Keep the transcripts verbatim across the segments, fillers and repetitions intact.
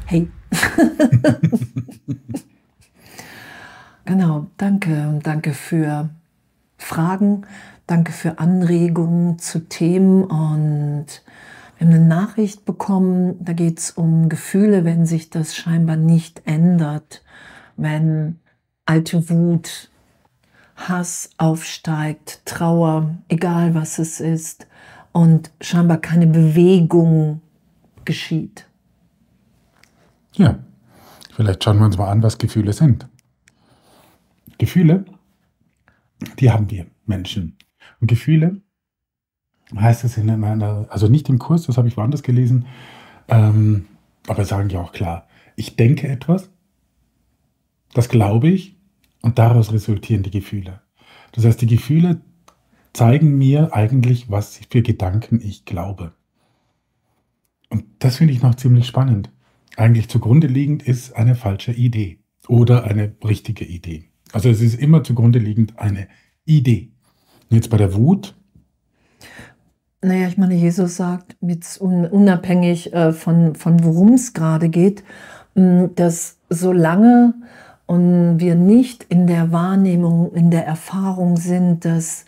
Hey. Genau, danke. Danke für Fragen, danke für Anregungen zu Themen. Und wir haben eine Nachricht bekommen, da geht es um Gefühle, wenn sich das scheinbar nicht ändert, wenn alte Wut, Hass aufsteigt, Trauer, egal was es ist, und scheinbar keine Bewegung geschieht. Ja, vielleicht schauen wir uns mal an, was Gefühle sind. Gefühle, die haben wir Menschen. Und Gefühle heißt es in einer, also nicht im Kurs, das habe ich woanders gelesen, ähm, aber sagen ja auch klar, ich denke etwas, das glaube ich, und daraus resultieren die Gefühle. Das heißt, die Gefühle zeigen mir eigentlich, was für Gedanken ich glaube. Und das finde ich noch ziemlich spannend. Eigentlich zugrunde liegend ist eine falsche Idee oder eine richtige Idee. Also es ist immer zugrunde liegend eine Idee. Und jetzt bei der Wut. Naja, ich meine, Jesus sagt, jetzt unabhängig äh, von, von worum es gerade geht, dass solange und wir nicht in der Wahrnehmung, in der Erfahrung sind, dass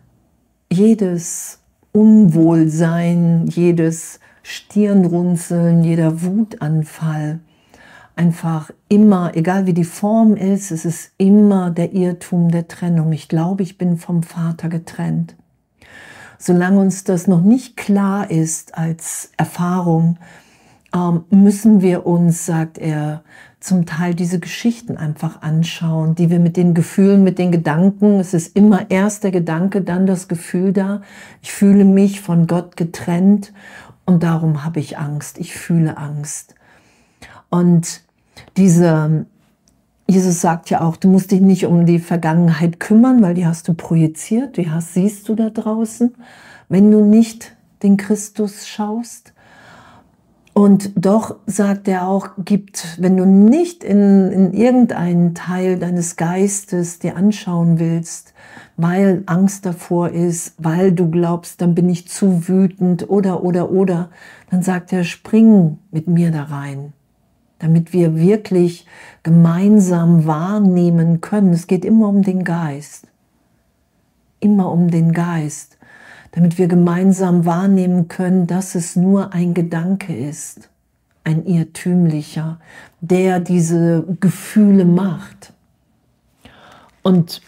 jedes Unwohlsein, jedes Stirnrunzeln, jeder Wutanfall einfach immer, egal wie die Form ist, es ist immer der Irrtum der Trennung. Ich glaube, ich bin vom Vater getrennt. Solange uns das noch nicht klar ist als Erfahrung, ähm, müssen wir uns, sagt er, zum Teil diese Geschichten einfach anschauen, die wir mit den Gefühlen, mit den Gedanken, es ist immer erst der Gedanke, dann das Gefühl da, ich fühle mich von Gott getrennt und darum habe ich Angst, ich fühle Angst. Und diese, Jesus sagt ja auch, du musst dich nicht um die Vergangenheit kümmern, weil die hast du projiziert, die hast, siehst du da draußen, wenn du nicht den Christus schaust. Und doch sagt er auch, gibt, wenn du nicht in, in irgendeinen Teil deines Geistes dir anschauen willst, weil Angst davor ist, weil du glaubst, dann bin ich zu wütend oder, oder, oder, dann sagt er, spring mit mir da rein, damit wir wirklich gemeinsam wahrnehmen können. Es geht immer um den Geist, immer um den Geist. Damit wir gemeinsam wahrnehmen können, dass es nur ein Gedanke ist, ein irrtümlicher, der diese Gefühle macht. Und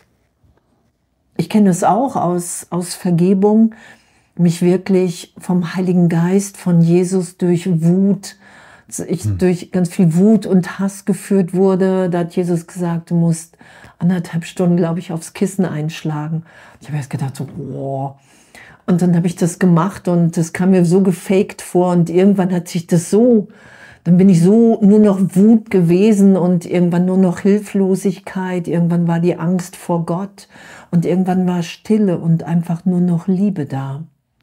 ich kenne es auch aus, aus Vergebung, mich wirklich vom Heiligen Geist, von Jesus durch Wut, ich hm. durch ganz viel Wut und Hass geführt wurde. Da hat Jesus gesagt, du musst anderthalb Stunden, glaube ich, aufs Kissen einschlagen. Ich habe erst gedacht, so, boah. Und dann habe ich das gemacht und das kam mir so gefaked vor und irgendwann hat sich das so, dann bin ich so nur noch Wut gewesen und irgendwann nur noch Hilflosigkeit, irgendwann war die Angst vor Gott und irgendwann war Stille und einfach nur noch Liebe da.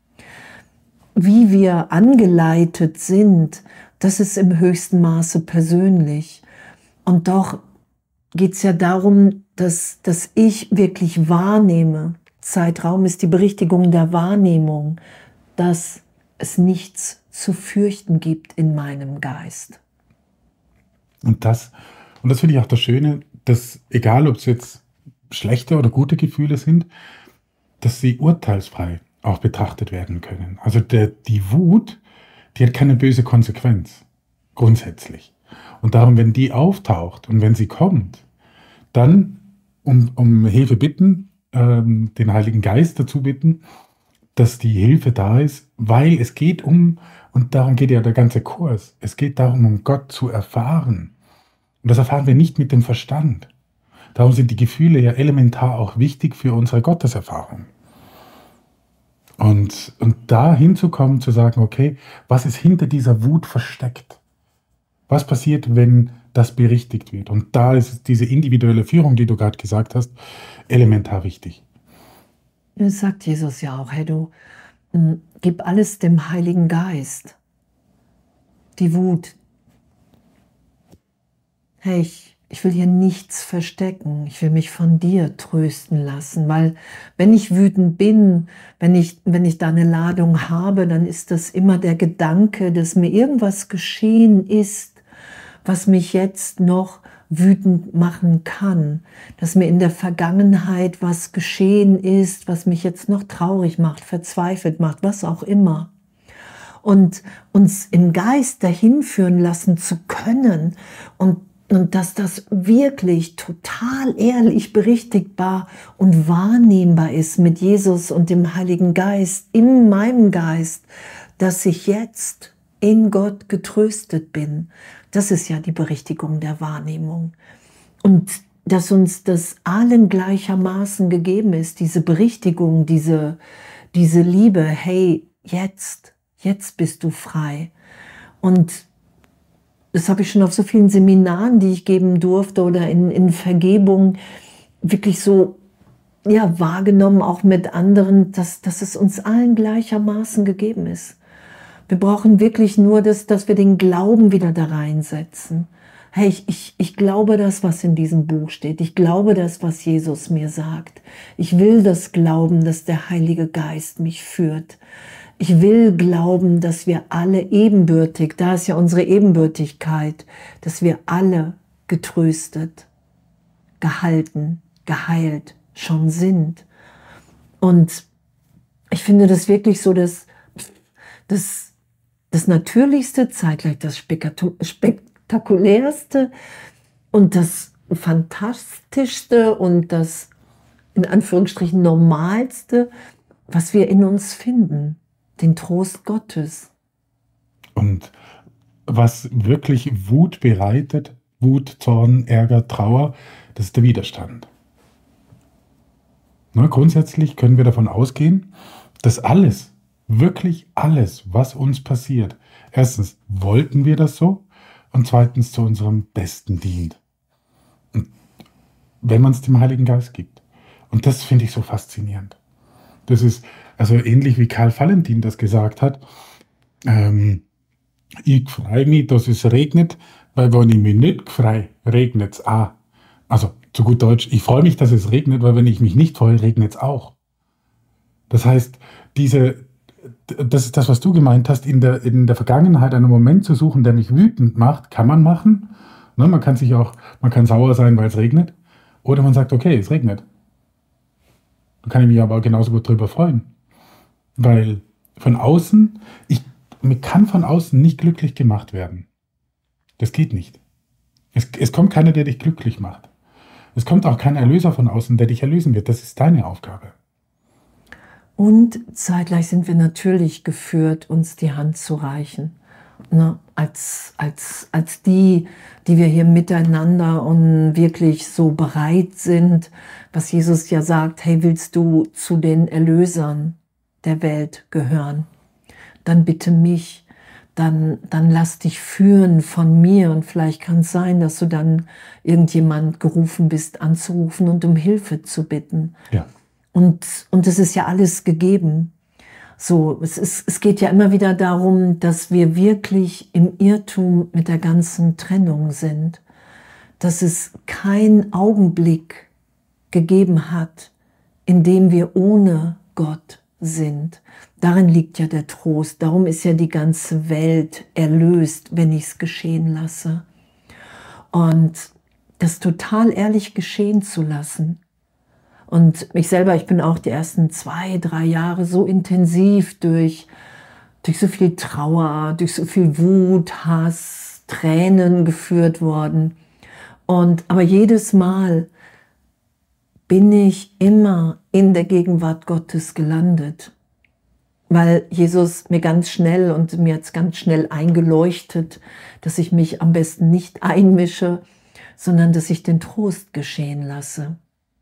Wie wir angeleitet sind, das ist im höchsten Maße persönlich. Und doch geht es ja darum, dass, dass ich wirklich wahrnehme, Zeitraum ist die Berichtigung der Wahrnehmung, dass es nichts zu fürchten gibt in meinem Geist. Und das, und das finde ich auch das Schöne, dass egal ob es jetzt schlechte oder gute Gefühle sind, dass sie urteilsfrei auch betrachtet werden können. Also der, die Wut, die hat keine böse Konsequenz, grundsätzlich. Und darum, wenn die auftaucht und wenn sie kommt, dann um, um Hilfe bitten, den Heiligen Geist dazu bitten, dass die Hilfe da ist, weil es geht um, und darum geht ja der ganze Kurs, es geht darum, um Gott zu erfahren. Und das erfahren wir nicht mit dem Verstand. Darum sind die Gefühle ja elementar auch wichtig für unsere Gotteserfahrung. Und, und da hinzukommen, zu sagen, okay, was ist hinter dieser Wut versteckt? Was passiert, wenn das berichtigt wird? Und da ist diese individuelle Führung, die du gerade gesagt hast, elementar wichtig. Das sagt Jesus ja auch, hey du, gib alles dem Heiligen Geist. Die Wut. Hey, ich, ich will hier nichts verstecken. Ich will mich von dir trösten lassen, weil wenn ich wütend bin, wenn ich, wenn ich da eine Ladung habe, dann ist das immer der Gedanke, dass mir irgendwas geschehen ist, was mich jetzt noch wütend machen kann, dass mir in der Vergangenheit was geschehen ist, was mich jetzt noch traurig macht, verzweifelt macht, was auch immer. Und uns im Geist dahin führen lassen zu können und, und dass das wirklich total ehrlich berichtigbar und wahrnehmbar ist mit Jesus und dem Heiligen Geist, in meinem Geist, dass ich jetzt in Gott getröstet bin. Das ist ja die Berichtigung der Wahrnehmung. Und dass uns das allen gleichermaßen gegeben ist, diese Berichtigung, diese, diese Liebe, hey, jetzt, jetzt bist du frei. Und das habe ich schon auf so vielen Seminaren, die ich geben durfte oder in, in Vergebung, wirklich so ja, wahrgenommen, auch mit anderen, dass, dass es uns allen gleichermaßen gegeben ist. Wir brauchen wirklich nur, das, dass wir den Glauben wieder da reinsetzen. Hey, ich, ich, ich glaube das, was in diesem Buch steht. Ich glaube das, was Jesus mir sagt. Ich will das glauben, dass der Heilige Geist mich führt. Ich will glauben, dass wir alle ebenbürtig, da ist ja unsere Ebenbürtigkeit, dass wir alle getröstet, gehalten, geheilt schon sind. Und ich finde das wirklich so, dass das Das Natürlichste, zeitgleich das Spektakulärste und das Fantastischste und das in Anführungsstrichen Normalste, was wir in uns finden, den Trost Gottes. Und was wirklich Wut bereitet, Wut, Zorn, Ärger, Trauer, das ist der Widerstand. Na, grundsätzlich können wir davon ausgehen, dass alles, wirklich alles, was uns passiert, erstens wollten wir das so und zweitens zu unserem Besten dient. Und wenn man es dem Heiligen Geist gibt. Und das finde ich so faszinierend. Das ist also ähnlich wie Karl Valentin das gesagt hat. Ähm, ich freue mich, dass es regnet, weil wenn ich mich nicht freue, regnet es auch. Also zu gut Deutsch, ich freue mich, dass es regnet, weil wenn ich mich nicht freue, regnet es auch. Das heißt, diese Das ist das, was du gemeint hast, in der, in der Vergangenheit einen Moment zu suchen, der mich wütend macht, kann man machen. Ne, man kann sich auch, man kann sauer sein, weil es regnet. Oder man sagt, okay, es regnet. Da kann ich mich aber genauso gut drüber freuen. Weil von außen, ich, mir kann von außen nicht glücklich gemacht werden. Das geht nicht. Es, es kommt keiner, der dich glücklich macht. Es kommt auch kein Erlöser von außen, der dich erlösen wird. Das ist deine Aufgabe. Und zeitgleich sind wir natürlich geführt, uns die Hand zu reichen. Ne? Als, als, als die, die wir hier miteinander und wirklich so bereit sind, was Jesus ja sagt, hey, willst du zu den Erlösern der Welt gehören? Dann bitte mich, dann, dann lass dich führen von mir. Und vielleicht kann es sein, dass du dann irgendjemand gerufen bist, anzurufen und um Hilfe zu bitten. Ja. Und, und es ist ja alles gegeben. So, es, ist, es geht ja immer wieder darum, dass wir wirklich im Irrtum mit der ganzen Trennung sind. Dass es keinen Augenblick gegeben hat, in dem wir ohne Gott sind. Darin liegt ja der Trost. Darum ist ja die ganze Welt erlöst, wenn ich es geschehen lasse. Und das total ehrlich geschehen zu lassen. Und ich selber, ich bin auch die ersten zwei, drei Jahre so intensiv durch, durch so viel Trauer, durch so viel Wut, Hass, Tränen geführt worden. Und, aber jedes Mal bin ich immer in der Gegenwart Gottes gelandet. Weil Jesus mir ganz schnell und mir jetzt ganz schnell eingeleuchtet, dass ich mich am besten nicht einmische, sondern dass ich den Trost geschehen lasse.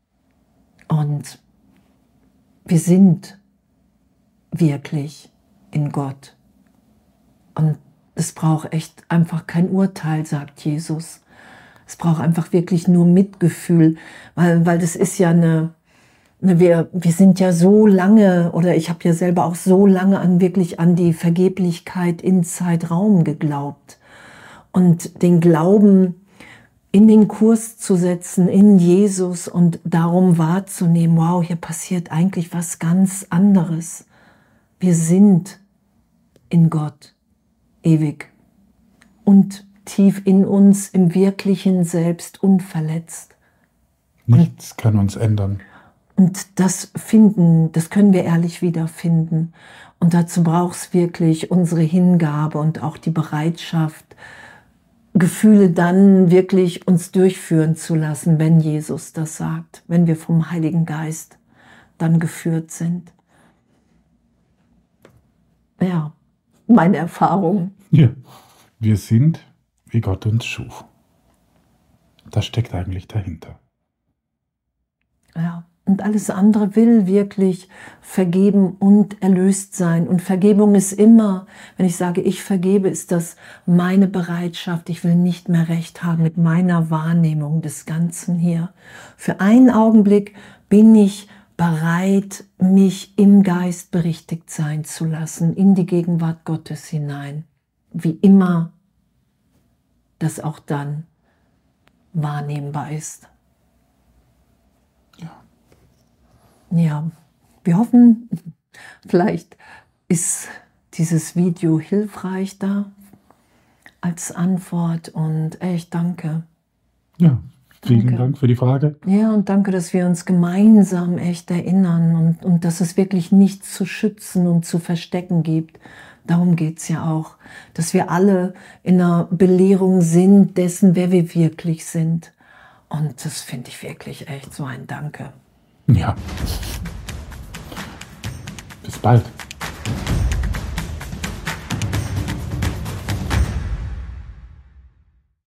Und wir sind wirklich in Gott. Und es braucht echt einfach kein Urteil, sagt Jesus. Es braucht einfach wirklich nur Mitgefühl, weil, weil das ist ja eine, eine wir, wir sind ja so lange, oder ich habe ja selber auch so lange an wirklich an die Vergeblichkeit in Zeitraum geglaubt. Und den Glauben in den Kurs zu setzen, in Jesus und darum wahrzunehmen, wow, hier passiert eigentlich was ganz anderes. Wir sind in Gott ewig und tief in uns, im wirklichen Selbst unverletzt. Nichts und, kann uns ändern. Und das finden, das können wir ehrlich wiederfinden. Und dazu braucht es wirklich unsere Hingabe und auch die Bereitschaft, Gefühle dann wirklich uns durchführen zu lassen, wenn Jesus das sagt, wenn wir vom Heiligen Geist dann geführt sind. Ja, meine Erfahrung. Ja, wir sind, wie Gott uns schuf. Das steckt eigentlich dahinter. Ja, und alles andere will wirklich vergeben und erlöst sein. Und Vergebung ist immer, wenn ich sage, ich vergebe, ist das meine Bereitschaft. Ich will nicht mehr recht haben mit meiner Wahrnehmung des Ganzen hier. Für einen Augenblick bin ich bereit, mich im Geist berichtigt sein zu lassen, in die Gegenwart Gottes hinein. Wie immer das auch dann wahrnehmbar ist. Ja, wir hoffen, vielleicht ist dieses Video hilfreich da als Antwort und echt danke. Ja, vielen danke. Dank für die Frage. Ja, und danke, dass wir uns gemeinsam echt erinnern und, und dass es wirklich nichts zu schützen und zu verstecken gibt. Darum geht es ja auch, dass wir alle in einer Belehrung sind dessen, wer wir wirklich sind. Und das finde ich wirklich echt so ein Danke. Ja. Bis bald.